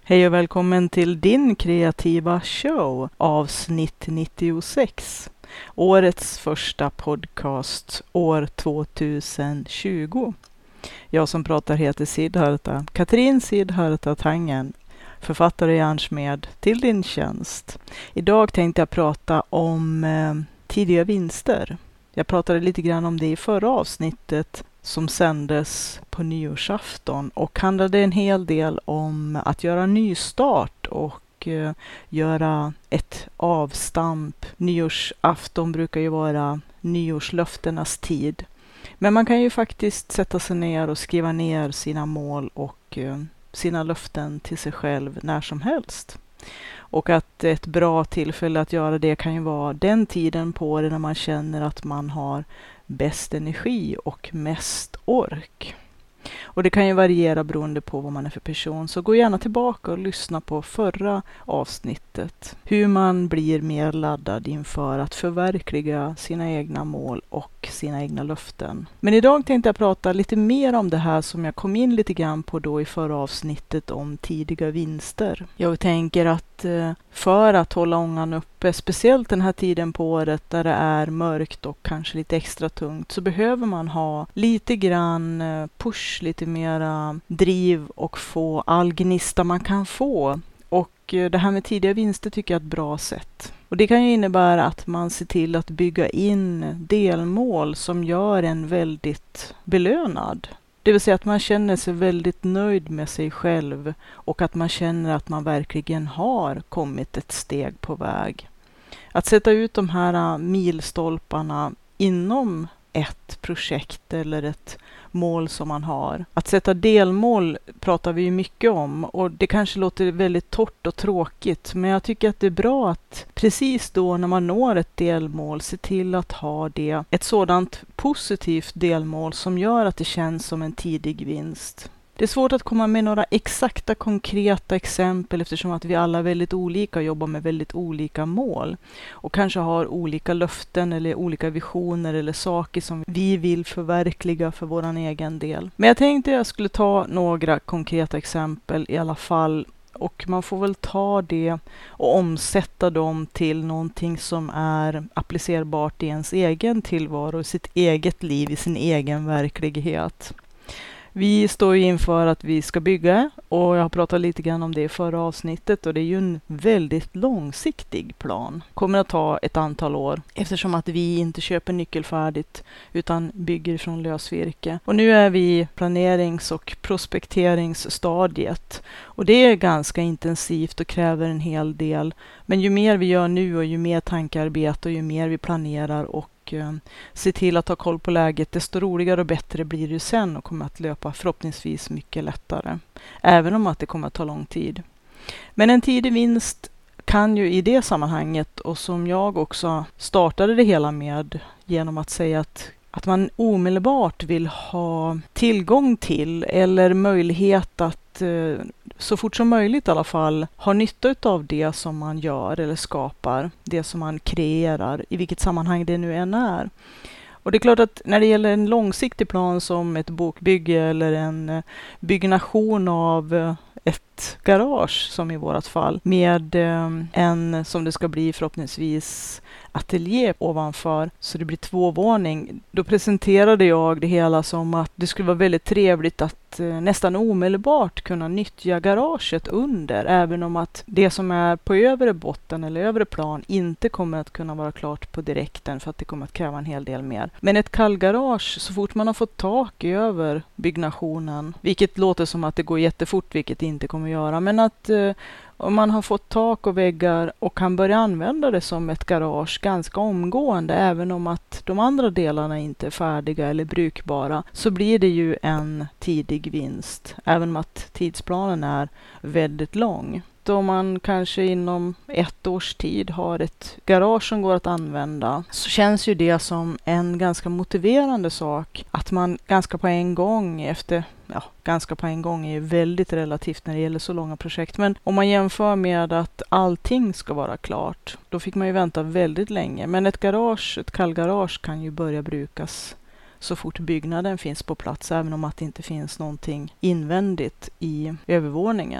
Hej och välkommen till din kreativa show, avsnitt 96. Årets första podcast, år 2020. Jag som pratar heter Siddharta, Katrin Siddharta Tangen, författare och hjärnsmed till din tjänst. Idag tänkte jag prata om tidiga vinster. Jag pratade lite grann om det i förra avsnittet som sändes på nyårsafton och handlade en hel del om att göra nystart och göra ett avstamp. Nyårsafton brukar ju vara nyårslöftenas tid. Men man kan ju faktiskt sätta sig ner och skriva ner sina mål och sina löften till sig själv när som helst. Och att ett bra tillfälle att göra det kan ju vara den tiden på året när man känner att man har bäst energi och mest ork. Och det kan ju variera beroende på vad man är för person. Så gå gärna tillbaka och lyssna på förra avsnittet. Hur man blir mer laddad inför att förverkliga sina egna mål och sina egna löften. Men idag tänkte jag prata lite mer om det här som jag kom in lite grann på då i förra avsnittet om tidiga vinster. Jag tänker att för att hålla ångan uppe, speciellt den här tiden på året där det är mörkt och kanske lite extra tungt, så behöver man ha lite grann push, lite mera driv och få all gnista man kan få. Och det här med tidiga vinster tycker jag är ett bra sätt. Och det kan ju innebära att man ser till att bygga in delmål som gör en väldigt belönad. Det vill säga att man känner sig väldigt nöjd med sig själv och att man känner att man verkligen har kommit ett steg på väg. Att sätta ut de här milstolparna inom ett projekt eller ett mål som man har. Att sätta delmål pratar vi ju mycket om och det kanske låter väldigt torrt och tråkigt, men jag tycker att det är bra att precis då när man når ett delmål se till att ha det ett sådant positivt delmål som gör att det känns som en tidig vinst. Det är svårt att komma med några exakta konkreta exempel eftersom att vi alla är väldigt olika och jobbar med väldigt olika mål. Och kanske har olika löften eller olika visioner eller saker som vi vill förverkliga för våran egen del. Men jag tänkte jag skulle ta några konkreta exempel i alla fall. Och man får väl ta det och omsätta dem till någonting som är applicerbart i ens egen tillvaro, i sitt eget liv, i sin egen verklighet. Vi står ju inför att vi ska bygga och jag har pratat lite grann om det i förra avsnittet och det är ju en väldigt långsiktig plan. Kommer att ta ett antal år eftersom att vi inte köper nyckelfärdigt utan bygger från lösvirke. Och nu är vi i planerings- och prospekteringsstadiet och det är ganska intensivt och kräver en hel del. Men ju mer vi gör nu och ju mer tankearbete och ju mer vi planerar och se till att ha koll på läget, desto roligare och bättre blir det sen och kommer att löpa förhoppningsvis mycket lättare. Även om att det kommer att ta lång tid. Men en tidig vinst kan ju i det sammanhanget, och som jag också startade det hela med genom att säga att man omedelbart vill ha tillgång till eller möjlighet att så fort som möjligt i alla fall ha nytta av det som man gör eller skapar, det som man kreerar, i vilket sammanhang det nu än är. Och det är klart att när det gäller en långsiktig plan som ett bokbygge eller en byggnation av ett garage som i vårat fall med en som det ska bli förhoppningsvis ateljé ovanför så det blir 2-våning. Då presenterade jag det hela som att det skulle vara väldigt trevligt att nästan omedelbart kunna nyttja garaget under, även om att det som är på övre botten eller övre plan inte kommer att kunna vara klart på direkten för att det kommer att kräva en hel del mer. Men ett kallgarage, så fort man har fått tak över byggnationen, vilket låter som att det går jättefort, vilket det inte kommer att göra, men att om man har fått tak och väggar och kan börja använda det som ett garage ganska omgående, även om att de andra delarna inte är färdiga eller brukbara, så blir det ju en tidig vinst, även om att tidsplanen är väldigt lång. Då man kanske inom 1 års tid har ett garage som går att använda, så känns ju det som en ganska motiverande sak att man ganska på en gång ganska på en gång är ju väldigt relativt när det gäller så långa projekt. Men om man jämför med att allting ska vara klart, då fick man ju vänta väldigt länge. Men ett kallgarage kan ju börja brukas så fort byggnaden finns på plats, även om att det inte finns någonting invändigt i övervåningen.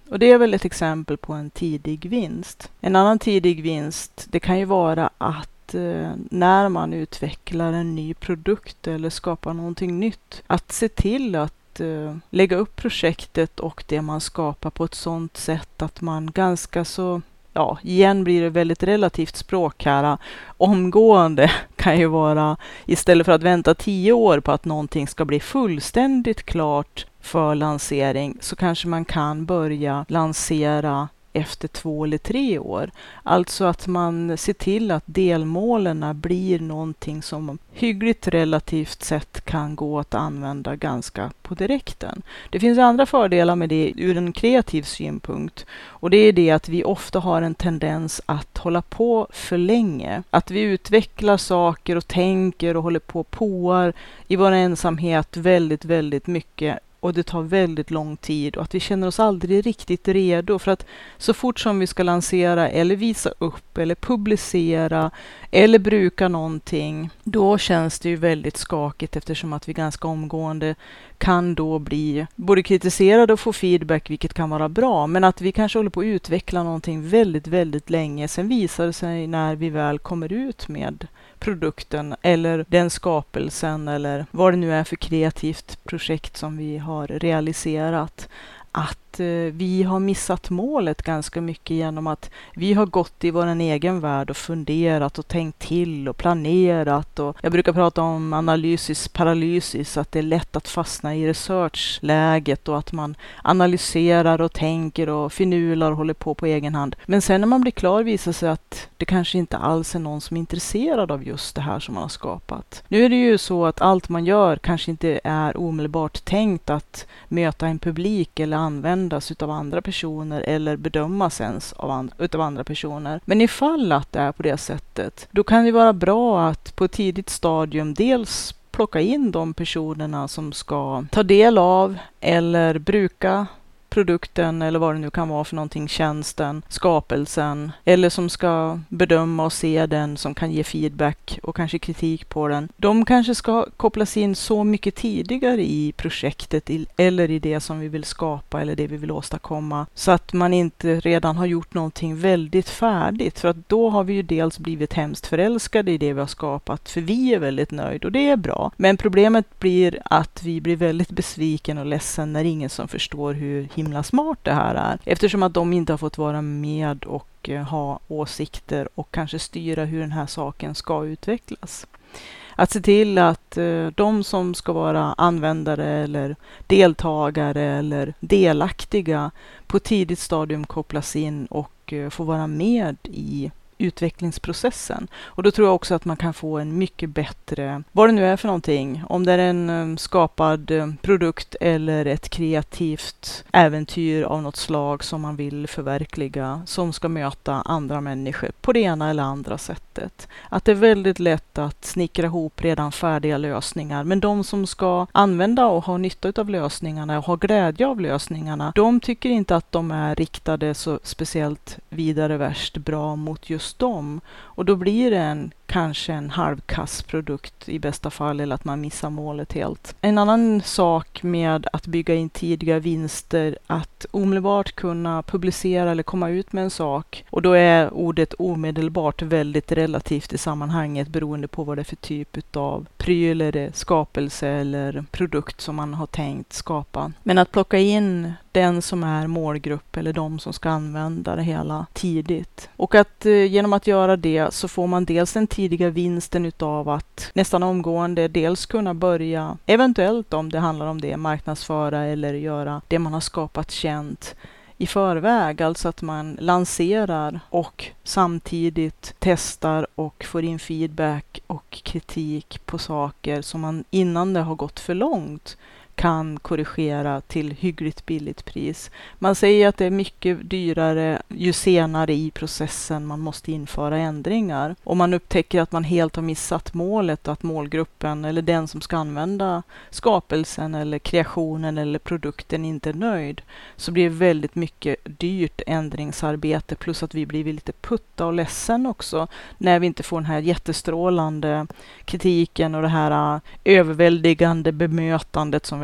Och det är väl ett exempel på en tidig vinst. En annan tidig vinst, det kan ju vara att när man utvecklar en ny produkt eller skapar någonting nytt, att se till att lägga upp projektet och det man skapar på ett sådant sätt att man ganska så, ja, igen blir det väldigt relativt språk här. Omgående kan ju vara, istället för att vänta 10 år på att någonting ska bli fullständigt klart för lansering, så kanske man kan börja lansera efter 2 eller 3 år. Alltså att man ser till att delmålen blir någonting som hyggligt relativt sett kan gå att använda ganska på direkten. Det finns andra fördelar med det ur en kreativ synpunkt, och det är det att vi ofta har en tendens att hålla på för länge. Att vi utvecklar saker och tänker och håller på och poar i vår ensamhet väldigt, väldigt mycket. Och det tar väldigt lång tid och att vi känner oss aldrig riktigt redo, för att så fort som vi ska lansera eller visa upp eller publicera eller bruka någonting, då känns det ju väldigt skakigt, eftersom att vi ganska omgående kan då bli både kritiserade och få feedback, vilket kan vara bra, men att vi kanske håller på att utveckla någonting väldigt, väldigt länge. Sen visar det sig när vi väl kommer ut med produkten eller den skapelsen eller vad det nu är för kreativt projekt som vi har realiserat, att vi har missat målet ganska mycket genom att vi har gått i vår egen värld och funderat och tänkt till och planerat. Och jag brukar prata om analysis paralysis, att det är lätt att fastna i researchläget och att man analyserar och tänker och finular och håller på egen hand. Men sen när man blir klar visar sig att det kanske inte alls är någon som är intresserad av just det här som man har skapat. Nu är det ju så att allt man gör kanske inte är omedelbart tänkt att möta en publik eller användas utav andra personer eller bedömas ens utav andra personer. Men ifall att det är på det sättet, då kan det vara bra att på ett tidigt stadium dels plocka in de personerna som ska ta del av eller bruka produkten eller vad det nu kan vara för någonting, tjänsten, skapelsen, eller som ska bedöma och se den, som kan ge feedback och kanske kritik på den. De kanske ska kopplas in så mycket tidigare i projektet eller i det som vi vill skapa eller det vi vill åstadkomma, så att man inte redan har gjort någonting väldigt färdigt, för att då har vi ju dels blivit hemskt förälskade i det vi har skapat, för vi är väldigt nöjda och det är bra. Men problemet blir att vi blir väldigt besviken och ledsen när ingen som förstår hur himla smart det här är, eftersom att de inte har fått vara med och ha åsikter och kanske styra hur den här saken ska utvecklas. Att se till att de som ska vara användare eller deltagare eller delaktiga på tidigt stadium kopplas in och får vara med i utvecklingsprocessen. Och då tror jag också att man kan få en mycket bättre, vad det nu är för någonting, om det är en skapad produkt eller ett kreativt äventyr av något slag som man vill förverkliga, som ska möta andra människor på det ena eller andra sättet. Att det är väldigt lätt att snickra ihop redan färdiga lösningar, men de som ska använda och ha nytta av lösningarna och ha glädje av lösningarna, de tycker inte att de är riktade så speciellt vidare värst bra mot just dem. Och då blir det kanske en halvkass produkt i bästa fall, eller att man missar målet helt. En annan sak med att bygga in tidiga vinster, att omedelbart kunna publicera eller komma ut med en sak, och då är ordet omedelbart väldigt relativt i sammanhanget beroende på vad det är för typ av pryl eller skapelse eller produkt som man har tänkt skapa. Men att plocka in den som är målgrupp eller de som ska använda det hela tidigt. Och att genom att göra det så får man dels den tidiga vinsten utav att nästan omgående dels kunna börja, eventuellt om det handlar om det, marknadsföra eller göra det man har skapat känt i förväg. Alltså att man lanserar och samtidigt testar och får in feedback och kritik på saker som man innan det har gått för långt kan korrigera till hyggligt billigt pris. Man säger att det är mycket dyrare ju senare i processen man måste införa ändringar. Om man upptäcker att man helt har missat målet, att målgruppen eller den som ska använda skapelsen eller kreationen eller produkten inte är nöjd, så blir det väldigt mycket dyrt ändringsarbete, plus att vi blir lite putta och ledsen också när vi inte får den här jättestrålande kritiken och det här överväldigande bemötandet som vi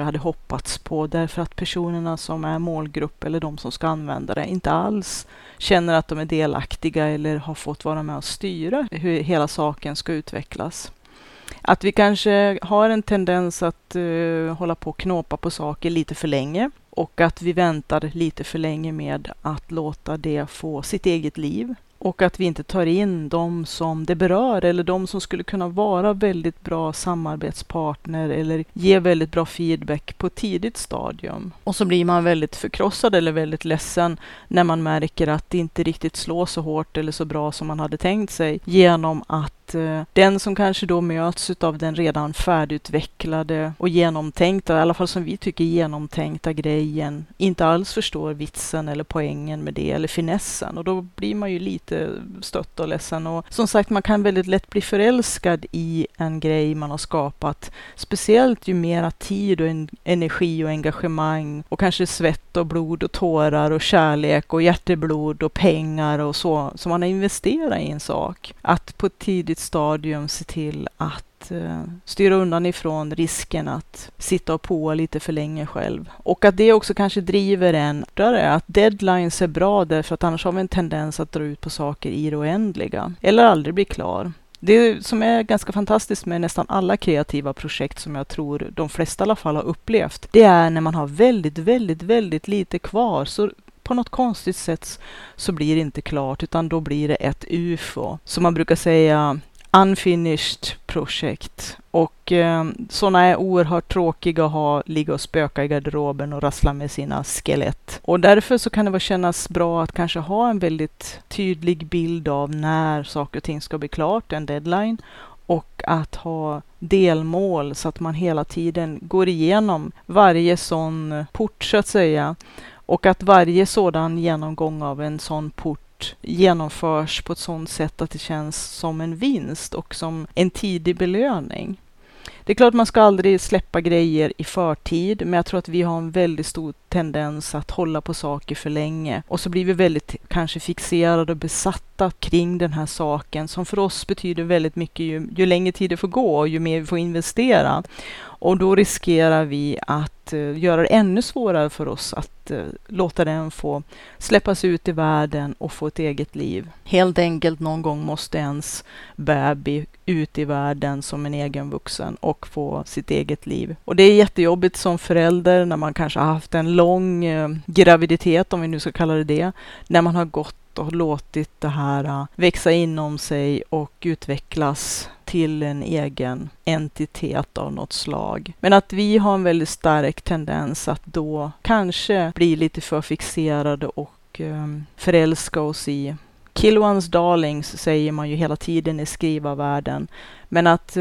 jag hade hoppats på, därför att personerna som är målgrupp eller de som ska använda det inte alls känner att de är delaktiga eller har fått vara med och styra hur hela saken ska utvecklas. Att vi kanske har en tendens att hålla på och knåpa på saker lite för länge och att vi väntar lite för länge med att låta det få sitt eget liv. Och att vi inte tar in de som det berör eller de som skulle kunna vara väldigt bra samarbetspartner eller ge väldigt bra feedback på ett tidigt stadium. Och så blir man väldigt förkrossad eller väldigt ledsen när man märker att det inte riktigt slår så hårt eller så bra som man hade tänkt sig, genom att den som kanske då möts av den redan färdigutvecklade och genomtänkta, i alla fall som vi tycker genomtänkta grejen, inte alls förstår vitsen eller poängen med det eller finessen. Och då blir man ju lite stött och ledsen. Och som sagt, man kan väldigt lätt bli förälskad i en grej man har skapat. Speciellt ju mera tid och energi och engagemang och kanske svett och blod och tårar och kärlek och hjärteblod och pengar och så som man har investerat i en sak. Att på ett tidigt stadium se till att styra undan ifrån risken att sitta och på lite för länge själv. Och att det också kanske driver en att deadlines är bra, därför att annars har vi en tendens att dra ut på saker i det oändliga eller aldrig bli klar. Det som är ganska fantastiskt med nästan alla kreativa projekt som jag tror de flesta i alla fall har upplevt, det är när man har väldigt lite kvar, så på något konstigt sätt så blir det inte klart, utan då blir det ett UFO. Som man brukar säga, unfinished projekt. Och sådana är oerhört tråkiga att ligga och spöka i garderoben och rassla med sina skelett. Och därför så kan det kännas bra att kanske ha en väldigt tydlig bild av när saker och ting ska bli klart, en deadline. Och att ha delmål så att man hela tiden går igenom varje sån port så att säga. Och att varje sådan genomgång av en sån port genomförs på ett sådant sätt att det känns som en vinst och som en tidig belöning. Det är klart man ska aldrig släppa grejer i förtid, men jag tror att vi har en väldigt stor tendens att hålla på saker för länge. Och så blir vi väldigt kanske fixerade och besatta kring den här saken som för oss betyder väldigt mycket ju längre tid det får gå och ju mer vi får investera. Och då riskerar vi att göra det ännu svårare för oss att låta den få släppas ut i världen och få ett eget liv. Helt enkelt någon gång måste ens baby ut i världen som en egen vuxen och få sitt eget liv. Och det är jättejobbigt som förälder när man kanske har haft en lång graviditet, om vi nu ska kalla det, när man har gått och låtit det här växa inom sig och utvecklas till en egen entitet av något slag. Men att vi har en väldigt stark tendens att då kanske bli lite för fixerade och förälska oss i kill one's darlings, säger man ju hela tiden i skrivarvärlden. Men att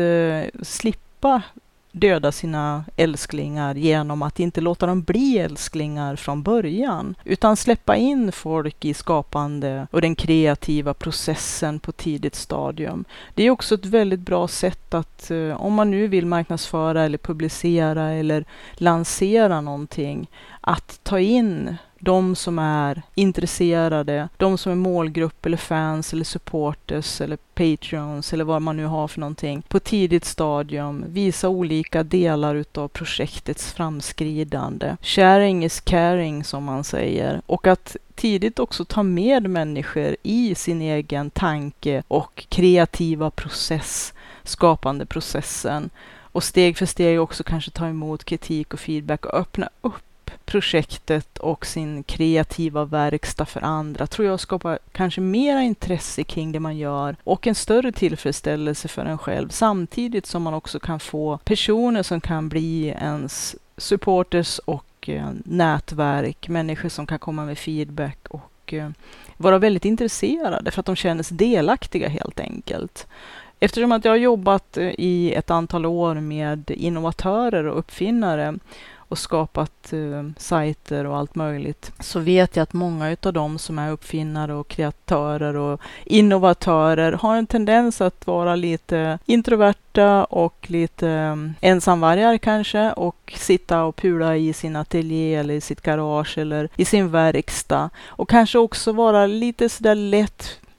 slippa döda sina älsklingar genom att inte låta dem bli älsklingar från början, utan släppa in folk i skapande och den kreativa processen på tidigt stadium. Det är också ett väldigt bra sätt att om man nu vill marknadsföra eller publicera eller lansera någonting, att ta in de som är intresserade, de som är målgrupp eller fans eller supporters eller patrons eller vad man nu har för någonting. På tidigt stadium visa olika delar utav projektets framskridande. Sharing is caring, som man säger. Och att tidigt också ta med människor i sin egen tanke och kreativa process, skapande processen. Och steg för steg också kanske ta emot kritik och feedback och öppna upp projektet och sin kreativa verkstad för andra, tror jag skapar kanske mera intresse kring det man gör och en större tillfredsställelse för en själv, samtidigt som man också kan få personer som kan bli ens supporters och nätverk, människor som kan komma med feedback och vara väldigt intresserade för att de känner sig delaktiga helt enkelt. Eftersom att jag har jobbat i ett antal år med innovatörer och uppfinnare och skapat sajter och allt möjligt, så vet jag att många av dem som är uppfinnare och kreatörer och innovatörer har en tendens att vara lite introverta och lite ensamvargar kanske, och sitta och pula i sin ateljé eller i sitt garage eller i sin verkstad, och kanske också vara lite sådär lätt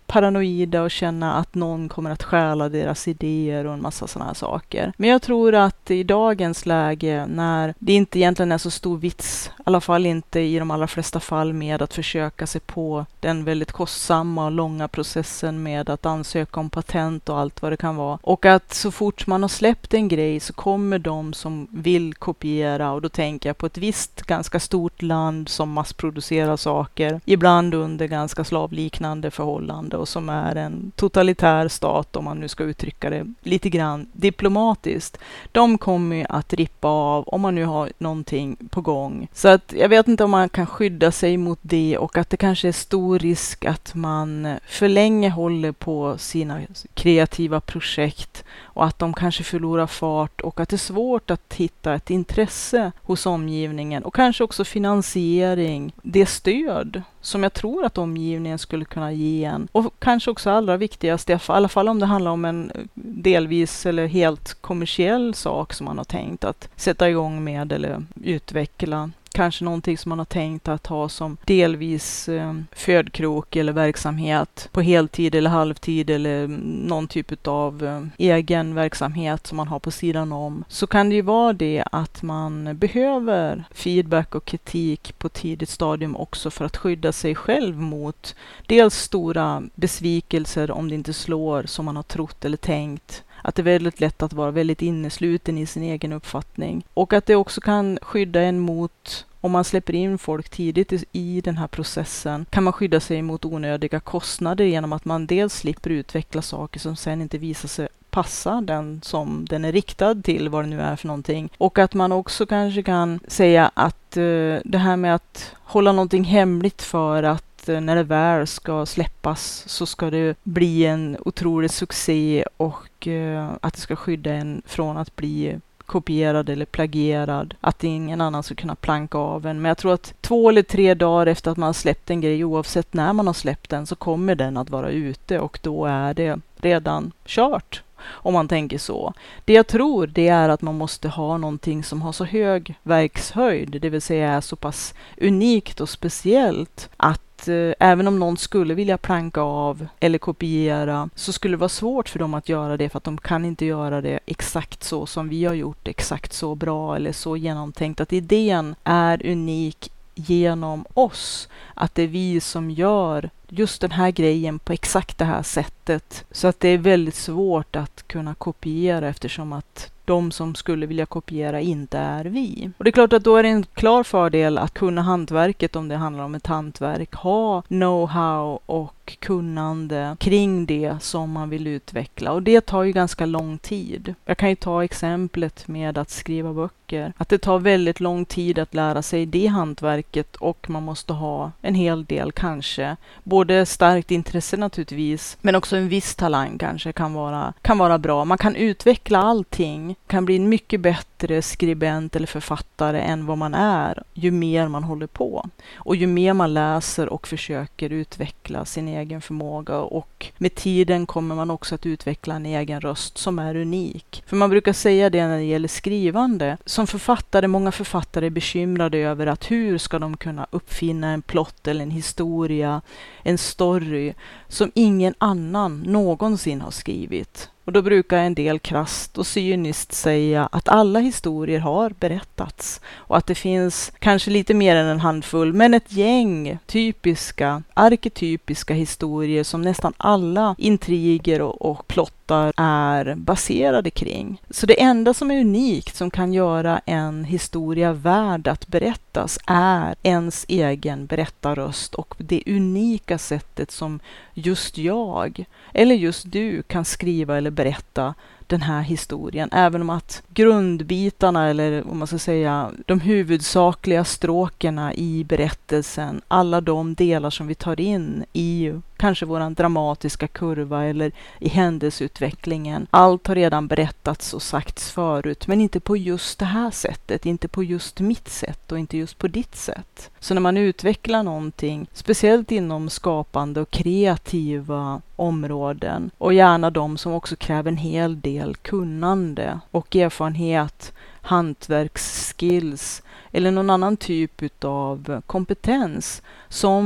paranoida och känna att någon kommer att stjäla deras idéer och en massa sådana här saker. Men jag tror att i dagens läge, när det inte egentligen är så stor vits, i alla fall inte i de allra flesta fall, med att försöka sig på den väldigt kostsamma och långa processen med att ansöka om patent och allt vad det kan vara. Och att så fort man har släppt en grej så kommer de som vill kopiera, och då tänker jag på ett visst ganska stort land som massproducerar saker, ibland under ganska slavliknande förhållanden och som är en totalitär stat, om man nu ska uttrycka det lite grann diplomatiskt. De kommer ju att rippa av om man nu har någonting på gång. Så att jag vet inte om man kan skydda sig mot det, och att det kanske är stor risk att man för länge håller på sina kreativa projekt och att de kanske förlorar fart, och att det är svårt att hitta ett intresse hos omgivningen och kanske också finansiering, det stöd som jag tror att omgivningen skulle kunna ge en. Och kanske också allra viktigast, i alla fall om det handlar om en delvis eller helt kommersiell sak som man har tänkt att sätta igång med eller utveckla. Kanske någonting som man har tänkt att ha som delvis födkrok eller verksamhet på heltid eller halvtid, eller någon typ av egen verksamhet som man har på sidan om. Så kan det ju vara det att man behöver feedback och kritik på tidigt stadium också, för att skydda sig själv mot dels stora besvikelser om det inte slår som man har trott eller tänkt. Att det är väldigt lätt att vara väldigt innesluten i sin egen uppfattning. Och att det också kan skydda en mot, om man släpper in folk tidigt i den här processen, kan man skydda sig mot onödiga kostnader genom att man dels slipper utveckla saker som sen inte visar sig passa den som den är riktad till, vad det nu är för någonting. Och att man också kanske kan säga att det här med att hålla någonting hemligt för att när det väl ska släppas så ska det bli en otrolig succé, och att det ska skydda en från att bli kopierad eller plagierad, att ingen annan ska kunna planka av en. Men jag tror att 2 eller 3 dagar efter att man har släppt en grej, oavsett när man har släppt den, så kommer den att vara ute, och då är det redan kört. Om man tänker så. Det jag tror, det är att man måste ha någonting som har så hög verkshöjd, det vill säga är så pass unikt och speciellt att även om någon skulle vilja planka av eller kopiera, så skulle det vara svårt för dem att göra det, för att de kan inte göra det exakt så som vi har gjort, exakt så bra eller så genomtänkt, att idén är unik genom oss, att det är vi som gör just den här grejen på exakt det här sättet, så att det är väldigt svårt att kunna kopiera, eftersom att de som skulle vilja kopiera inte är vi. Och det är klart att då är det en klar fördel att kunna hantverket, om det handlar om ett hantverk, ha know-how och kunnande kring det som man vill utveckla. Och det tar ju ganska lång tid. Jag kan ju ta exemplet med att skriva böcker. Att det tar väldigt lång tid att lära sig det hantverket, och man måste ha en hel del kanske. Både starkt intresse naturligtvis, men också en viss talang kanske kan vara bra. Man kan utveckla allting, kan bli en mycket bättre skribent eller författare än vad man är, ju mer man håller på. Och ju mer man läser och försöker utveckla sin egen förmåga, och med tiden kommer man också att utveckla en egen röst som är unik. För man brukar säga det när det gäller skrivande. Som författare, många författare är bekymrade över att hur ska de kunna uppfinna en plott eller en historia, en story som ingen annan någonsin har skrivit. Och då brukar en del krasst och cyniskt säga att alla historier har berättats, och att det finns kanske lite mer än en handfull, men ett gäng typiska, arketypiska historier som nästan alla intriger och plottar är baserade kring. Så det enda som är unikt, som kan göra en historia värd att berättas, är ens egen berättarröst, och det unika sättet som just jag eller just du kan skriva eller berätta den här historien. Även om att grundbitarna, eller om man ska säga de huvudsakliga stråkerna i berättelsen, alla de delar som vi tar in i kanske våran dramatiska kurva eller i händelseutvecklingen, allt har redan berättats och sagts förut, men inte på just det här sättet, inte på just mitt sätt och inte just på ditt sätt. Så när man utvecklar någonting, speciellt inom skapande och kreativa områden, och gärna de som också kräver en hel del kunnande och erfarenhet, hantverksskills eller någon annan typ av kompetens som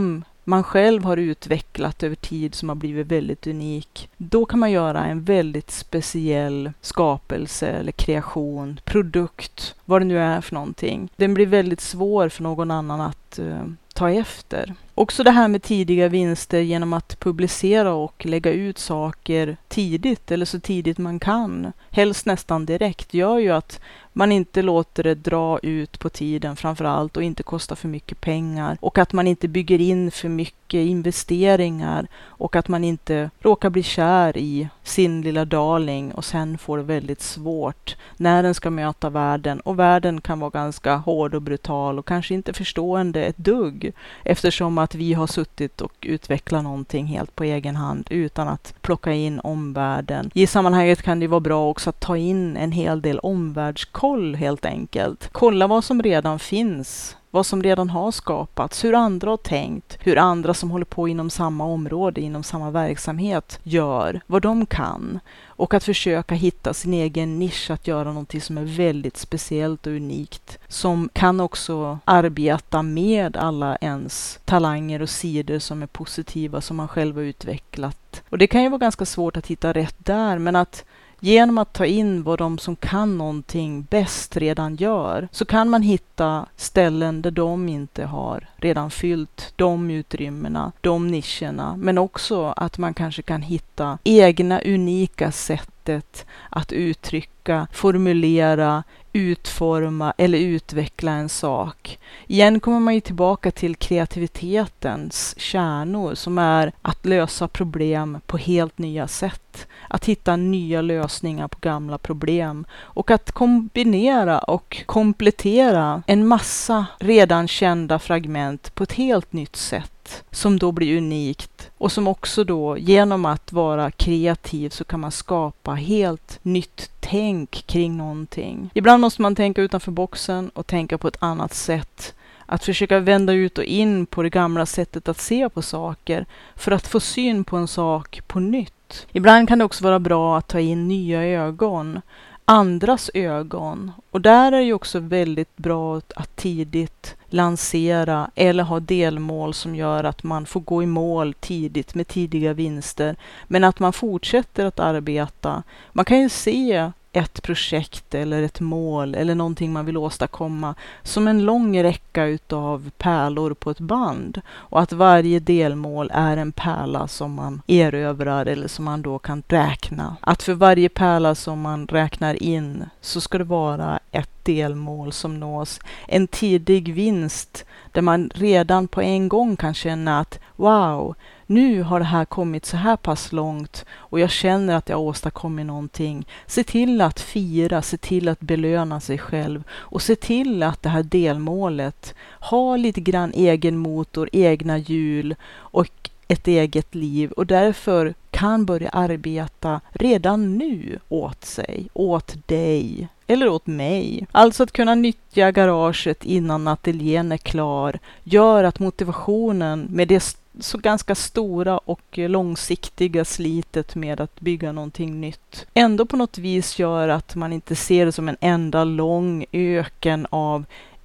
man själv har utvecklat över tid som har blivit väldigt unik. Då kan man göra en väldigt speciell skapelse eller kreation, produkt, vad det nu är för någonting. Den blir väldigt svår för någon annan att ta efter. Också det här med tidiga vinster genom att publicera och lägga ut saker tidigt eller så tidigt man kan, helst nästan direkt, gör ju att man inte låter det dra ut på tiden framför allt och inte kosta för mycket pengar och att man inte bygger in för mycket investeringar och att man inte råkar bli kär i sin lilla darling och sen får det väldigt svårt när den ska möta världen, och världen kan vara ganska hård och brutal och kanske inte förstående ett dugg eftersom att vi har suttit och utvecklat någonting helt på egen hand utan att plocka in omvärlden. I sammanhanget kan det vara bra också att ta in en hel del omvärldskoll helt enkelt. Kolla vad som redan finns, vad som redan har skapats, hur andra har tänkt, hur andra som håller på inom samma område, inom samma verksamhet gör, vad de kan. Och att försöka hitta sin egen nisch, att göra någonting som är väldigt speciellt och unikt. Som kan också arbeta med alla ens talanger och sidor som är positiva, som man själv har utvecklat. Och det kan ju vara ganska svårt att hitta rätt där, men att genom att ta in vad de som kan någonting bäst redan gör, så kan man hitta ställen där de inte har redan fyllt de utrymmena, de nischerna. Men också att man kanske kan hitta egna unika sättet att uttrycka, formulera, utforma eller utveckla en sak. Igen kommer man ju tillbaka till kreativitetens kärnor som är att lösa problem på helt nya sätt. Att hitta nya lösningar på gamla problem och att kombinera och komplettera en massa redan kända fragment på ett helt nytt sätt som då blir unikt och som också då genom att vara kreativ så kan man skapa helt nytt tänk kring någonting. Ibland måste man tänka utanför boxen och tänka på ett annat sätt. Att försöka vända ut och in på det gamla sättet att se på saker för att få syn på en sak på nytt. Ibland kan det också vara bra att ta in nya ögon, andras ögon. Och där är det ju också väldigt bra att tidigt lansera eller ha delmål som gör att man får gå i mål tidigt med tidiga vinster. Men att man fortsätter att arbeta. Man kan ju se ett projekt eller ett mål eller någonting man vill åstadkomma som en lång räcka utav pärlor på ett band, och att varje delmål är en pärla som man erövrar eller som man då kan räkna. Att för varje pärla som man räknar in så ska det vara ett delmål som nås. En tidig vinst där man redan på en gång kan känna att wow, nu har det här kommit så här pass långt och jag känner att jag åstadkommit någonting. Se till att fira, se till att belöna sig själv och se till att det här delmålet har lite grann egen motor, egna hjul och ett eget liv, och därför kan börja arbeta redan nu åt sig, åt dig eller åt mig. Alltså att kunna nyttja garaget innan ateljén är klar gör att motivationen med det så ganska stora och långsiktiga slitet med att bygga någonting nytt ändå på något vis gör att man inte ser det som en enda lång öken av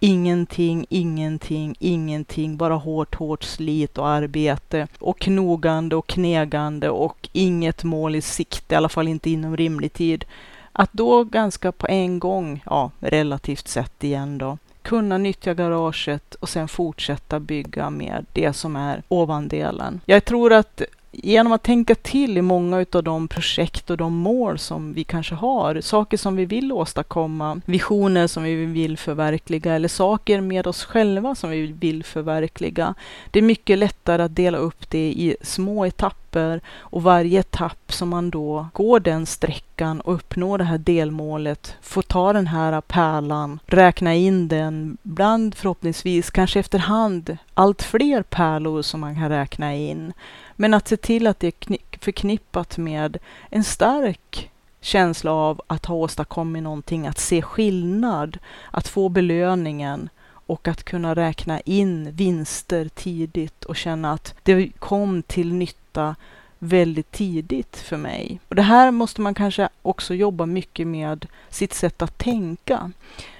ingenting, bara hårt slit och arbete och knogande och knegande och inget mål i sikte, i alla fall inte inom rimlig tid. Att då ganska på en gång, relativt sett igen då, kunna nyttja garaget och sen fortsätta bygga med det som är ovandelen. Jag tror att genom att tänka till i många av de projekt och de mål som vi kanske har, saker som vi vill åstadkomma, visioner som vi vill förverkliga eller saker med oss själva som vi vill förverkliga. Det är mycket lättare att dela upp det i små etapper, och varje etapp som man då går den sträckan och uppnår det här delmålet, får ta den här pärlan, räkna in den, bland förhoppningsvis kanske efterhand allt fler pärlor som man kan räkna in. Men att se till att det är förknippat med en stark känsla av att ha åstadkommit någonting, att se skillnad, att få belöningen och att kunna räkna in vinster tidigt och känna att det kom till nytta väldigt tidigt för mig. Och det här måste man kanske också jobba mycket med sitt sätt att tänka.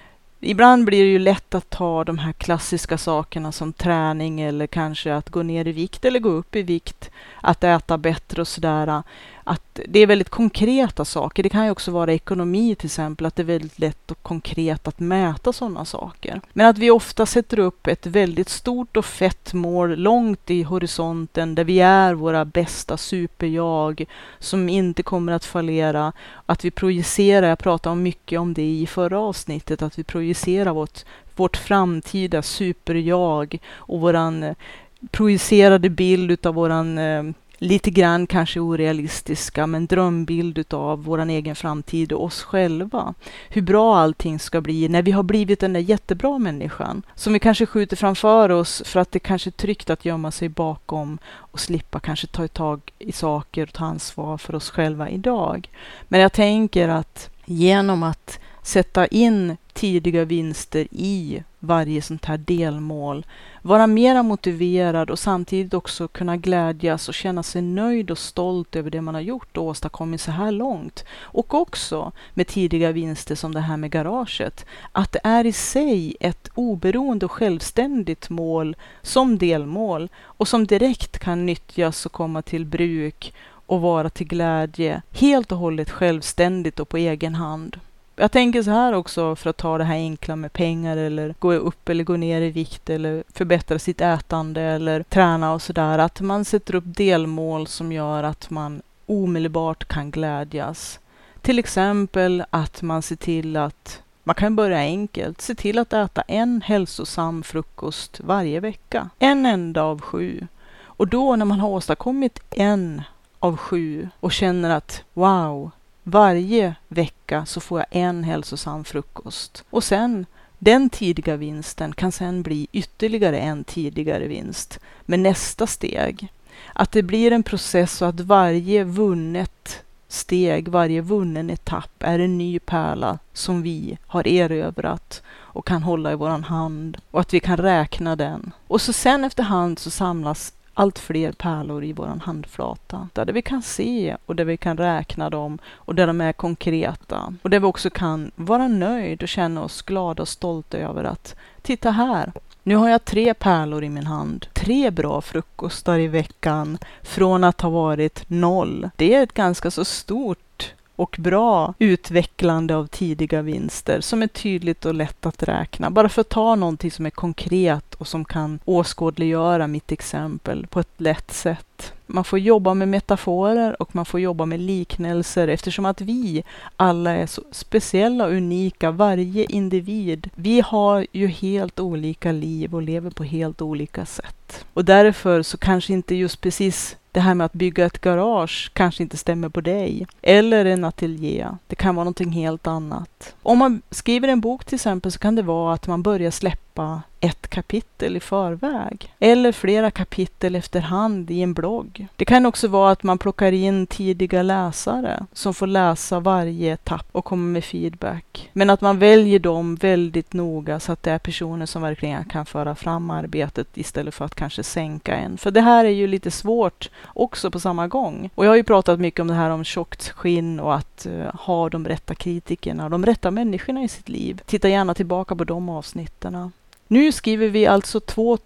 Ibland blir det ju lätt att ta de här klassiska sakerna som träning eller kanske att gå ner i vikt eller gå upp i vikt, att äta bättre och sådär. Att det är väldigt konkreta saker. Det kan ju också vara ekonomi till exempel, att det är väldigt lätt och konkret att mäta sådana saker. Men att vi ofta sätter upp ett väldigt stort och fett mål långt i horisonten där vi är våra bästa superjag som inte kommer att fallera. Att vi projicerar, jag pratade mycket om det i förra avsnittet, att vi projicerar vårt framtida superjag och våran projicerade bild utav våran lite grann kanske orealistiska, men drömbild utav våran egen framtid och oss själva. Hur bra allting ska bli när vi har blivit den där jättebra människan som vi kanske skjuter framför oss för att det kanske är tryggt att gömma sig bakom och slippa kanske ta ett tag i saker och ta ansvar för oss själva idag. Men jag tänker att genom att sätta in tidiga vinster i varje sånt här delmål, vara mera motiverad och samtidigt också kunna glädjas och känna sig nöjd och stolt över det man har gjort och åstadkommit så här långt. Och också med tidiga vinster som det här med garaget, att det är i sig ett oberoende och självständigt mål som delmål och som direkt kan nyttjas och komma till bruk och vara till glädje helt och hållet självständigt och på egen hand. Jag tänker så här också, för att ta det här enkla med pengar eller gå upp eller gå ner i vikt eller förbättra sitt ätande eller träna och sådär, att man sätter upp delmål som gör att man omedelbart kan glädjas. Till exempel att man ser till att, man kan börja enkelt, se till att äta en hälsosam frukost varje vecka. En enda av 7. Och då när man har åstadkommit en av 7 och känner att wow, varje vecka så får jag en hälsosam frukost. Och sen, den tidiga vinsten kan sen bli ytterligare en tidigare vinst. med nästa steg. Att det blir en process och att varje vunnet steg, varje vunnen etapp är en ny pärla som vi har erövrat och kan hålla i våran hand. Och att vi kan räkna den. Och så sen efterhand så samlas allt fler pärlor i våran handflata. Där vi kan se och där vi kan räkna dem och där de är konkreta. Och där vi också kan vara nöjd och känna oss glada och stolta över att titta här. Nu har jag 3 pärlor i min hand. 3 bra frukostar i veckan från att ha varit 0. Det är ett ganska så stort och bra utvecklande av tidiga vinster som är tydligt och lätt att räkna. Bara för att ta någonting som är konkret och som kan åskådliggöra mitt exempel på ett lätt sätt. Man får jobba med metaforer och man får jobba med liknelser eftersom att vi alla är så speciella och unika, varje individ. Vi har ju helt olika liv och lever på helt olika sätt. Och därför så kanske inte just precis det här med att bygga ett garage kanske inte stämmer på dig. Eller en ateljé. Det kan vara någonting helt annat. Om man skriver en bok till exempel så kan det vara att man börjar släppa ett kapitel i förväg. Eller flera kapitel efterhand i en blogg. Det kan också vara att man plockar in tidiga läsare som får läsa varje etapp och kommer med feedback. Men att man väljer dem väldigt noga så att det är personer som verkligen kan föra fram arbetet istället för att kanske sänka en. För det här är ju lite svårt också på samma gång. Och jag har ju pratat mycket om det här om tjockt skinn och att ha de rätta kritikerna och de rätta människorna i sitt liv. Titta gärna tillbaka på de avsnitterna. Nu skriver vi alltså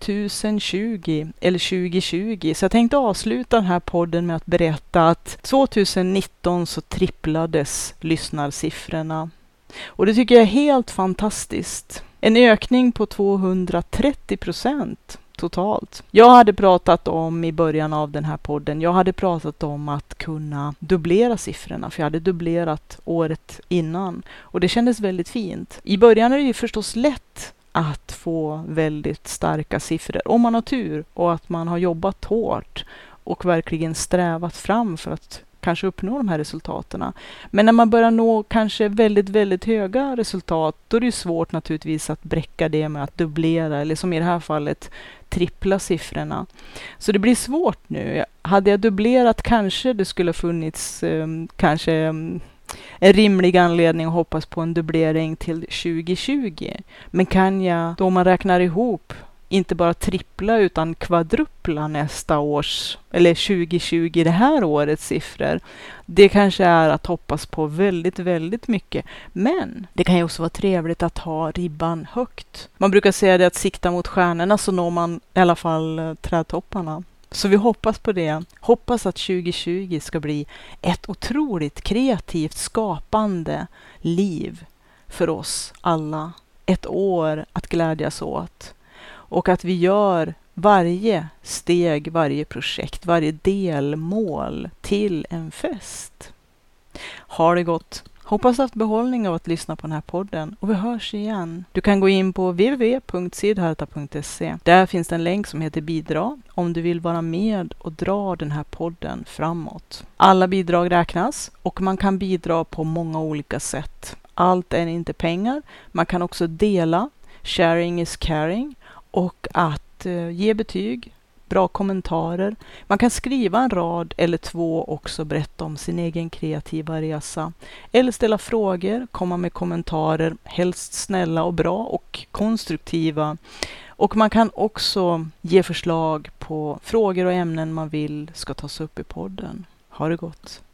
2020 eller 2020 så jag tänkte avsluta den här podden med att berätta att 2019 så tripplades lyssnarsiffrorna. Och det tycker jag är helt fantastiskt. En ökning på 230% totalt. Jag hade pratat om i början av den här podden, jag hade pratat om att kunna dubblera siffrorna för jag hade dubblerat året innan och det kändes väldigt fint. I början är det ju förstås lätt att få väldigt starka siffror om man har tur och att man har jobbat hårt och verkligen strävat fram för att kanske uppnå de här resultaten. Men när man börjar nå kanske väldigt, väldigt höga resultat, då är det svårt naturligtvis att bräcka det med att dubblera eller som i det här fallet trippla siffrorna. Så det blir svårt nu. Hade jag dubblerat kanske det skulle ha funnits en rimlig anledning att hoppas på en dubblering till 2020. Men kan jag, då man räknar ihop inte bara trippla utan kvadrupla nästa års, eller 2020, det här årets siffror. Det kanske är att hoppas på väldigt, väldigt mycket. Men det kan ju också vara trevligt att ha ribban högt. Man brukar säga det att sikta mot stjärnorna så når man i alla fall trädtopparna. Så vi hoppas på det. Hoppas att 2020 ska bli ett otroligt kreativt, skapande liv för oss alla. Ett år att glädjas åt. Och att vi gör varje steg, varje projekt, varje delmål till en fest. Ha det gott! Hoppas haft behållning av att lyssna på den här podden och vi hörs igen. Du kan gå in på www.siddharta.se. Där finns en länk som heter bidra om du vill vara med och dra den här podden framåt. Alla bidrag räknas och man kan bidra på många olika sätt. Allt är inte pengar. Man kan också dela. Sharing is caring. Och att ge betyg, bra kommentarer. Man kan skriva en rad eller två också, berätta om sin egen kreativa resa. Eller ställa frågor, komma med kommentarer, helst snälla och bra och konstruktiva. Och man kan också ge förslag på frågor och ämnen man vill ska tas upp i podden. Ha det gott!